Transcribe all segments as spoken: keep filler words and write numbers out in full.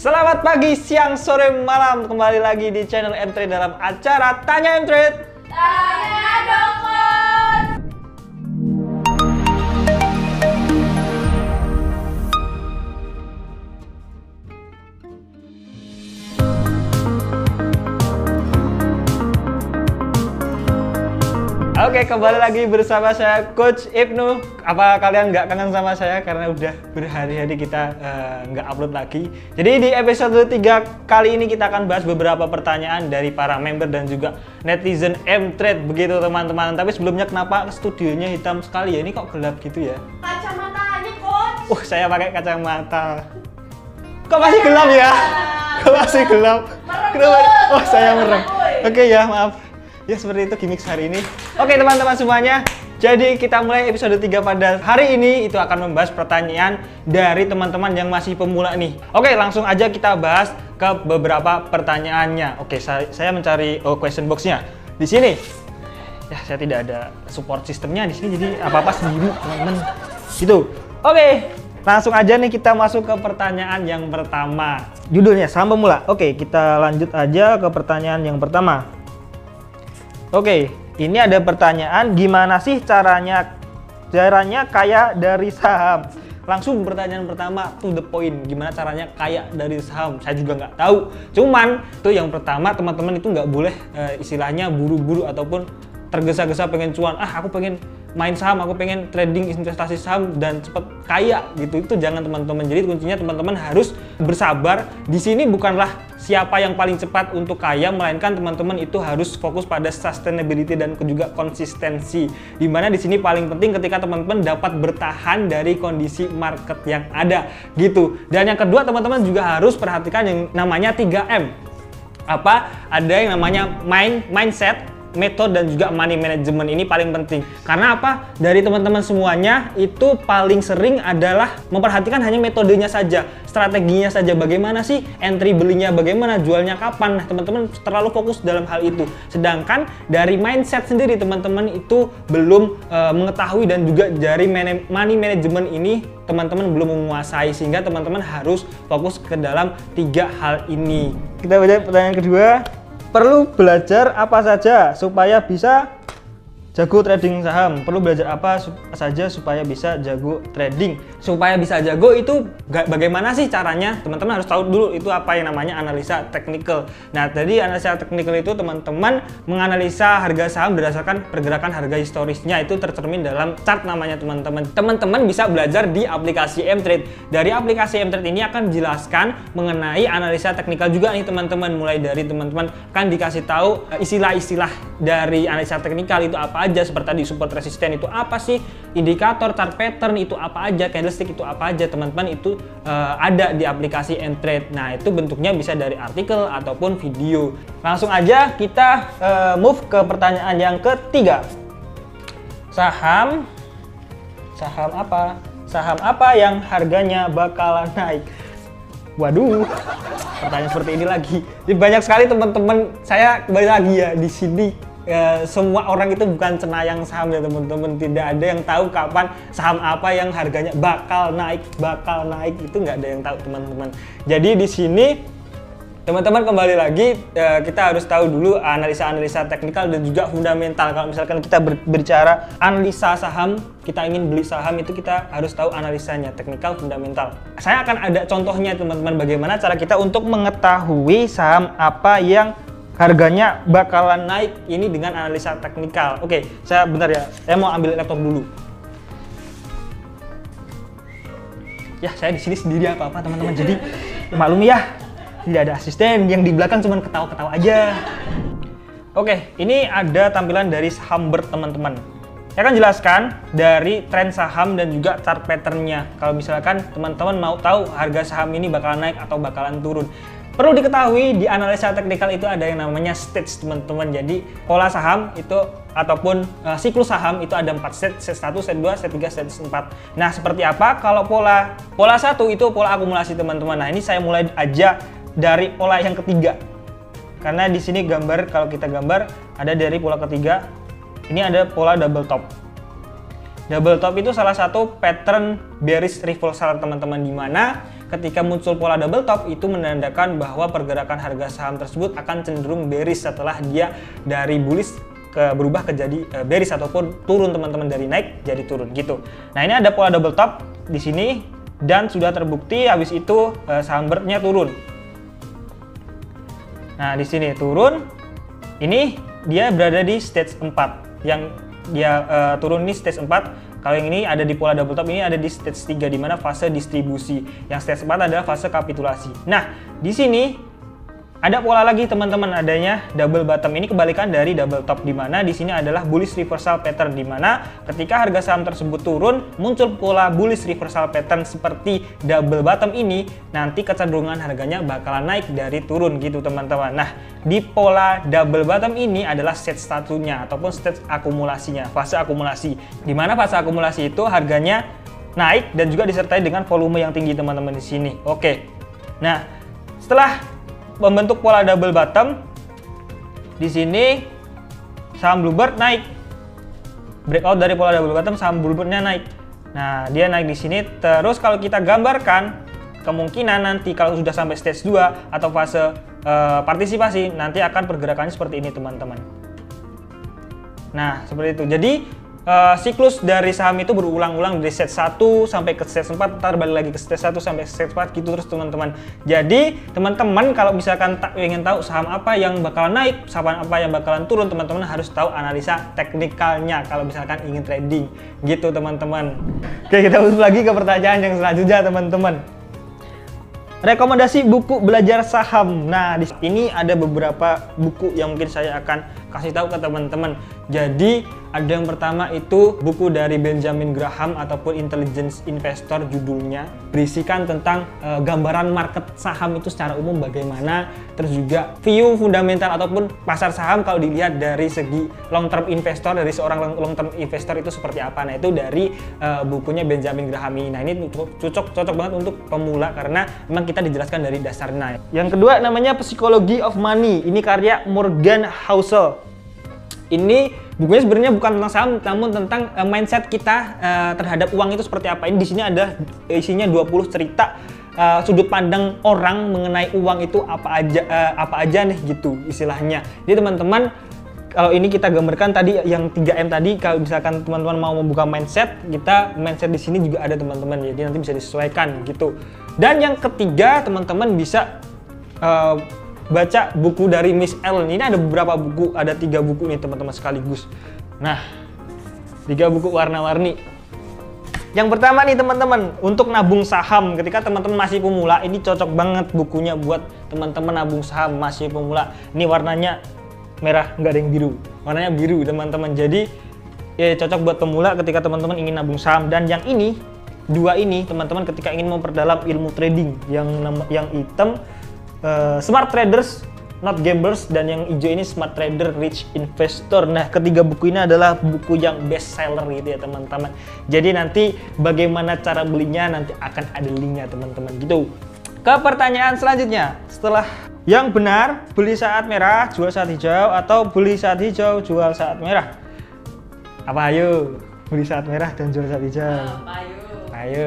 Selamat pagi, siang, sore, malam. Kembali lagi di channel M-Trade dalam acara Tanya M-Trade. Tanya dong, Coach. Oke, kembali lagi bersama saya Coach Ibnu. Apa kalian nggak kangen sama saya karena udah berhari-hari kita uh, nggak upload lagi. Jadi di episode tiga kali ini kita akan bahas beberapa pertanyaan dari para member dan juga netizen M-Trade begitu teman-teman. Tapi sebelumnya, kenapa studionya hitam sekali ya? Ini kok gelap gitu ya? Kacamatanya, Coach. Uh, saya pakai kacamata. Kok masih gelap ya? Kok masih gelap? Kenapa? Oh, saya merem. Oke ya, maaf. Ya seperti itu gimmick hari ini. Oke teman-teman semuanya, jadi kita mulai episode tiga pada hari ini. Itu akan membahas pertanyaan dari teman-teman yang masih pemula nih. Oke, langsung aja kita bahas ke beberapa pertanyaannya. Oke, saya, saya mencari oh, question box-nya di sini. Ya, saya tidak ada support sistemnya di sini, jadi apa-apa sendiri teman-teman. Gitu. Oke, langsung aja nih kita masuk ke pertanyaan yang pertama. Judulnya saham pemula. Oke, kita lanjut aja ke pertanyaan yang pertama. Oke, ini ada pertanyaan, gimana sih caranya caranya kaya dari saham? Langsung pertanyaan pertama, to the point, gimana caranya kaya dari saham? Saya juga nggak tahu. Cuman tuh yang pertama, teman-teman itu nggak boleh e, istilahnya buru-buru ataupun tergesa-gesa pengen cuan. Ah, aku pengen main saham, aku pengen trading investasi saham dan cepet kaya gitu. Itu jangan teman-teman. Jadi kuncinya teman-teman harus bersabar. Di sini bukanlah siapa yang paling cepat untuk kaya, melainkan teman-teman itu harus fokus pada sustainability dan juga konsistensi. Dimana di sini paling penting ketika teman-teman dapat bertahan dari kondisi market yang ada gitu. Dan yang kedua, teman-teman juga harus perhatikan yang namanya tiga M. Apa? Ada yang namanya mind mindset, metode dan juga money management. Ini paling penting karena apa? Dari teman-teman semuanya itu paling sering adalah memperhatikan hanya metodenya saja, strateginya saja, bagaimana sih entry belinya, bagaimana jualnya kapan. Nah, teman-teman terlalu fokus dalam hal itu, sedangkan dari mindset sendiri teman-teman itu belum uh, mengetahui, dan juga dari money management ini teman-teman belum menguasai, sehingga teman-teman harus fokus ke dalam tiga hal ini. Kita baca pertanyaan kedua. Perlu belajar apa saja supaya bisa jago trading saham? Perlu belajar apa saja supaya bisa jago trading? Supaya bisa jago itu bagaimana sih caranya? Teman-teman harus tahu dulu itu apa yang namanya analisa teknikal. Nah, tadi analisa teknikal itu teman-teman menganalisa harga saham berdasarkan pergerakan harga historisnya, itu tercermin dalam chart namanya teman-teman. Teman-teman bisa belajar di aplikasi M-Trade. Dari aplikasi M-Trade ini akan menjelaskan mengenai analisa teknikal juga nih teman-teman. Mulai dari teman-teman kan dikasih tahu istilah-istilah dari analisa teknikal itu apa aja, seperti tadi support resisten itu apa sih, indikator chart pattern itu apa aja, candlestick itu apa aja, teman-teman itu uh, ada di aplikasi M-Trade. Nah, itu bentuknya bisa dari artikel ataupun video. Langsung aja kita uh, move ke pertanyaan yang ketiga. Saham saham apa? Saham apa yang harganya bakalan naik? Waduh, pertanyaan seperti ini lagi. Jadi banyak sekali teman-teman, saya kembali lagi ya di sini. Ya, semua orang itu bukan cenayang saham ya teman-teman. Tidak ada yang tahu kapan saham apa yang harganya bakal naik, bakal naik itu nggak ada yang tahu teman-teman. Jadi di sini teman-teman kembali lagi ya, kita harus tahu dulu analisa-analisa teknikal dan juga fundamental. Kalau misalkan kita ber berbicara analisa saham, kita ingin beli saham itu kita harus tahu analisanya, teknikal, fundamental. Saya akan ada contohnya teman-teman, bagaimana cara kita untuk mengetahui saham apa yang harganya bakalan naik ini dengan analisa teknikal. Oke, saya bentar ya, saya mau ambil laptop dulu. Ya, saya di sini sendiri apa-apa teman-teman, jadi maklum ya, tidak ada asisten, yang di belakang cuma ketawa-ketawa aja. Oke, ini ada tampilan dari saham bird teman-teman. Saya akan jelaskan dari tren saham dan juga chart patternnya. Kalau misalkan teman-teman mau tahu harga saham ini bakalan naik atau bakalan turun. Perlu diketahui di analisa teknikal itu ada yang namanya stage teman-teman. Jadi pola saham itu ataupun uh, siklus saham itu ada empat stage, stage satu, stage dua, stage tiga, stage empat. Nah, seperti apa? Kalau pola pola satu itu pola akumulasi teman-teman. Nah, ini saya mulai aja dari pola yang ketiga. Karena di sini gambar, kalau kita gambar ada dari pola ketiga. Ini ada pola double top. Double top itu salah satu pattern bearish reversal teman-teman, di mana ketika muncul pola double top itu menandakan bahwa pergerakan harga saham tersebut akan cenderung bearish setelah dia dari bullish ke berubah ke jadi uh, bearish ataupun turun teman-teman, dari naik jadi turun gitu. Nah, ini ada pola double top di sini dan sudah terbukti habis itu uh, saham Bird-nya turun. Nah, di sini turun. Ini dia berada di stage empat. Yang dia uh, turun ini stage empat. Kalau yang ini ada di pola double top, ini ada di stage tiga di mana fase distribusi. Yang stage empat adalah fase kapitulasi. Nah, di sini ada pola lagi teman-teman, adanya double bottom. Ini kebalikan dari double top, di mana di sini adalah bullish reversal pattern, di mana ketika harga saham tersebut turun muncul pola bullish reversal pattern seperti double bottom ini, nanti kecenderungan harganya bakalan naik dari turun gitu teman-teman. Nah, di pola double bottom ini adalah stage satunya ataupun stage akumulasinya, fase akumulasi, di mana fase akumulasi itu harganya naik dan juga disertai dengan volume yang tinggi teman-teman di sini. Oke. Nah, setelah membentuk pola double bottom, di sini saham Bluebird naik, breakout dari pola double bottom, saham Bluebird-nya naik. Nah, dia naik di sini. Terus kalau kita gambarkan kemungkinan nanti kalau sudah sampai stage dua atau fase uh, partisipasi, nanti akan pergerakannya seperti ini teman-teman. Nah, seperti itu. Jadi Uh, siklus dari saham itu berulang-ulang dari stage satu sampai ke stage empat, ntar balik lagi ke stage satu sampai stage empat gitu terus teman-teman. Jadi teman-teman kalau misalkan tak ingin tahu saham apa yang bakalan naik, saham apa yang bakalan turun, teman-teman harus tahu analisa teknikalnya kalau misalkan ingin trading gitu teman-teman. Oke, kita masuk lagi ke pertanyaan yang selanjutnya teman-teman. Rekomendasi buku belajar saham. Nah, di sini ada beberapa buku yang mungkin saya akan kasih tahu ke teman-teman. Jadi ada yang pertama itu buku dari Benjamin Graham ataupun Intelligence Investor, judulnya berisikan tentang e, gambaran market saham itu secara umum bagaimana, terus juga view fundamental ataupun pasar saham kalau dilihat dari segi long term investor, dari seorang long term investor itu seperti apa. Nah, itu dari e, bukunya Benjamin Graham ini. Nah, ini cocok cocok banget untuk pemula karena memang kita dijelaskan dari dasarnya. Yang kedua namanya Psychology of Money. Ini karya Morgan Housel. Ini bukunya sebenarnya bukan tentang saham, namun tentang uh, mindset kita uh, terhadap uang itu seperti apa. Ini di sini ada isinya dua puluh cerita uh, sudut pandang orang mengenai uang itu apa aja uh, apa aja nih gitu istilahnya. Jadi teman-teman, kalau ini kita gambarkan tadi yang tiga M tadi, kalau misalkan teman-teman mau membuka mindset, kita mindset di sini juga ada teman-teman. Jadi nanti bisa disesuaikan gitu. Dan yang ketiga, teman-teman bisa uh, baca buku dari Miss Ellen. Ini ada beberapa buku, ada tiga buku nih teman-teman sekaligus. Nah, tiga buku warna-warni. Yang pertama nih teman-teman, untuk nabung saham. Ketika teman-teman masih pemula, ini cocok banget bukunya buat teman-teman nabung saham masih pemula. Ini warnanya merah, nggak ada yang biru. Warnanya biru teman-teman. Jadi ya cocok buat pemula ketika teman-teman ingin nabung saham. Dan yang ini, dua ini teman-teman ketika ingin memperdalam ilmu trading, yang yang hitam Uh, Smart Traders, Not Gamblers, dan yang hijau ini Smart Trader, Rich Investor. Nah, ketiga buku ini adalah buku yang best seller gitu ya teman-teman. Jadi nanti bagaimana cara belinya nanti akan ada linknya teman-teman gitu. Ke pertanyaan selanjutnya, setelah yang benar beli saat merah, jual saat hijau, atau beli saat hijau, jual saat merah? Apa ayo? Beli saat merah dan jual saat hijau. Ayo. Ayo.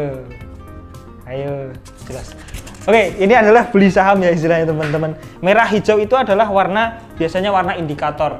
Ayo, jelas. Oke, ini adalah beli saham ya istilahnya teman-teman. Merah hijau itu adalah warna, biasanya warna indikator.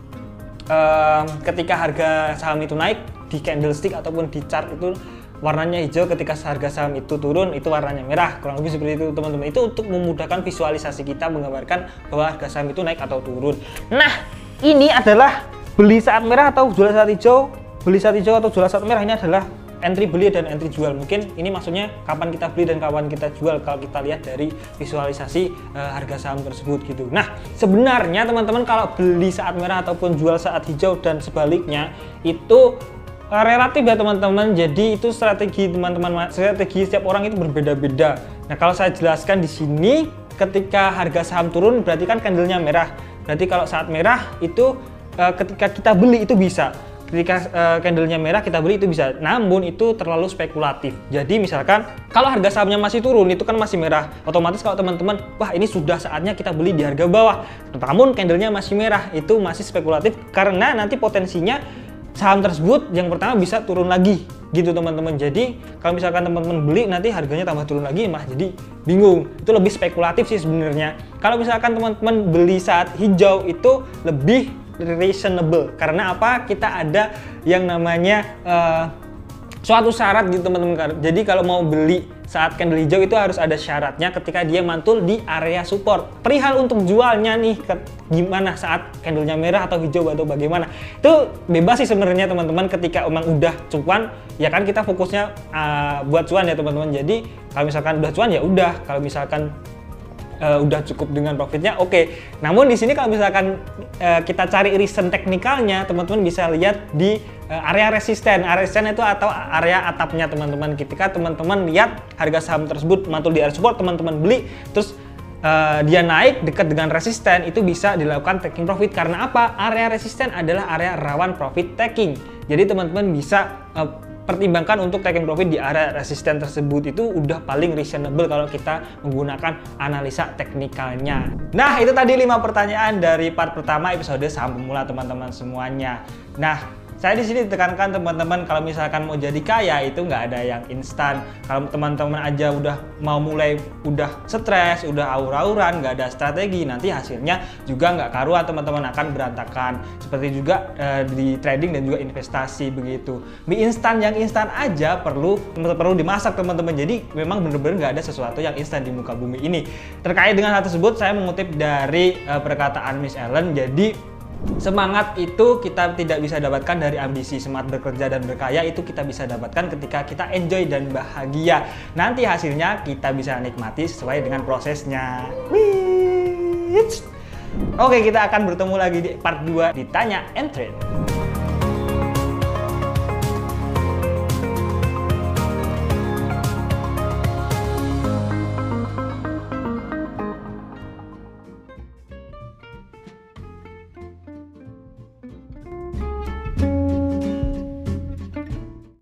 Ehm, ketika harga saham itu naik di candlestick ataupun di chart itu warnanya hijau, ketika harga saham itu turun itu warnanya merah. Kurang lebih seperti itu teman-teman. Itu untuk memudahkan visualisasi kita menggambarkan bahwa harga saham itu naik atau turun. Nah, ini adalah beli saat merah atau jual saat hijau. Beli saat hijau atau jual saat merah ini adalah entry beli dan entry jual. Mungkin ini maksudnya kapan kita beli dan kapan kita jual kalau kita lihat dari visualisasi uh, harga saham tersebut gitu. Nah, sebenarnya teman-teman kalau beli saat merah ataupun jual saat hijau dan sebaliknya itu uh, relatif ya teman-teman. Jadi itu strategi teman-teman, strategi setiap orang itu berbeda-beda. Nah, kalau saya jelaskan di sini, ketika harga saham turun berarti kan candlenya merah. Berarti kalau saat merah itu uh, ketika kita beli itu bisa. Ketika uh, candlenya merah kita beli itu bisa, namun itu terlalu spekulatif. Jadi misalkan kalau harga sahamnya masih turun itu kan masih merah, otomatis kalau teman-teman wah ini sudah saatnya kita beli di harga bawah, namun candlenya masih merah, itu masih spekulatif karena nanti potensinya saham tersebut yang pertama bisa turun lagi gitu teman-teman. Jadi kalau misalkan teman-teman beli nanti harganya tambah turun lagi, malah jadi bingung. Itu lebih spekulatif sih sebenarnya. Kalau misalkan teman-teman beli saat hijau itu lebih reasonable. Karena apa? Kita ada yang namanya uh, suatu syarat gitu teman-teman. Jadi kalau mau beli saat candle hijau itu harus ada syaratnya ketika dia mantul di area support. Perihal untuk jualnya nih, ke, gimana saat candlenya merah atau hijau atau bagaimana, itu bebas sih sebenarnya teman-teman. Ketika emang udah cuan, ya kan kita fokusnya uh, buat cuan ya teman-teman. Jadi kalau misalkan udah cuan ya udah, kalau misalkan Uh, udah cukup dengan profitnya, oke. Okay. Namun di sini kalau misalkan uh, kita cari reason teknikalnya, teman-teman bisa lihat di uh, area resisten. Area resisten itu atau area atapnya teman-teman. Ketika teman-teman lihat harga saham tersebut mantul di area support, teman-teman beli, terus uh, dia naik dekat dengan resisten, itu bisa dilakukan taking profit. Karena apa? Area resisten adalah area rawan profit taking. Jadi teman-teman bisa uh, pertimbangkan untuk taking profit di area resisten tersebut. Itu udah paling reasonable kalau kita menggunakan analisa teknikalnya. Nah, itu tadi lima pertanyaan dari part pertama episode saham pemula teman-teman semuanya. Nah, saya di sini ditekankan teman-teman, kalau misalkan mau jadi kaya itu nggak ada yang instan. Kalau teman-teman aja udah mau mulai udah stres, udah aur-auran, nggak ada strategi, nanti hasilnya juga nggak karuan, teman-teman akan berantakan. Seperti juga eh, di trading dan juga investasi begitu. Mie instan yang instan aja perlu perlu dimasak teman-teman. Jadi memang bener-bener nggak ada sesuatu yang instan di muka bumi ini. Terkait dengan hal tersebut, saya mengutip dari eh, perkataan Miss Ellen. Jadi semangat itu kita tidak bisa dapatkan dari ambisi. Semangat bekerja dan berkaya itu kita bisa dapatkan ketika kita enjoy dan bahagia. Nanti hasilnya kita bisa nikmati sesuai dengan prosesnya. Wih. Oke, kita akan bertemu lagi di part dua di Tanya and Trade.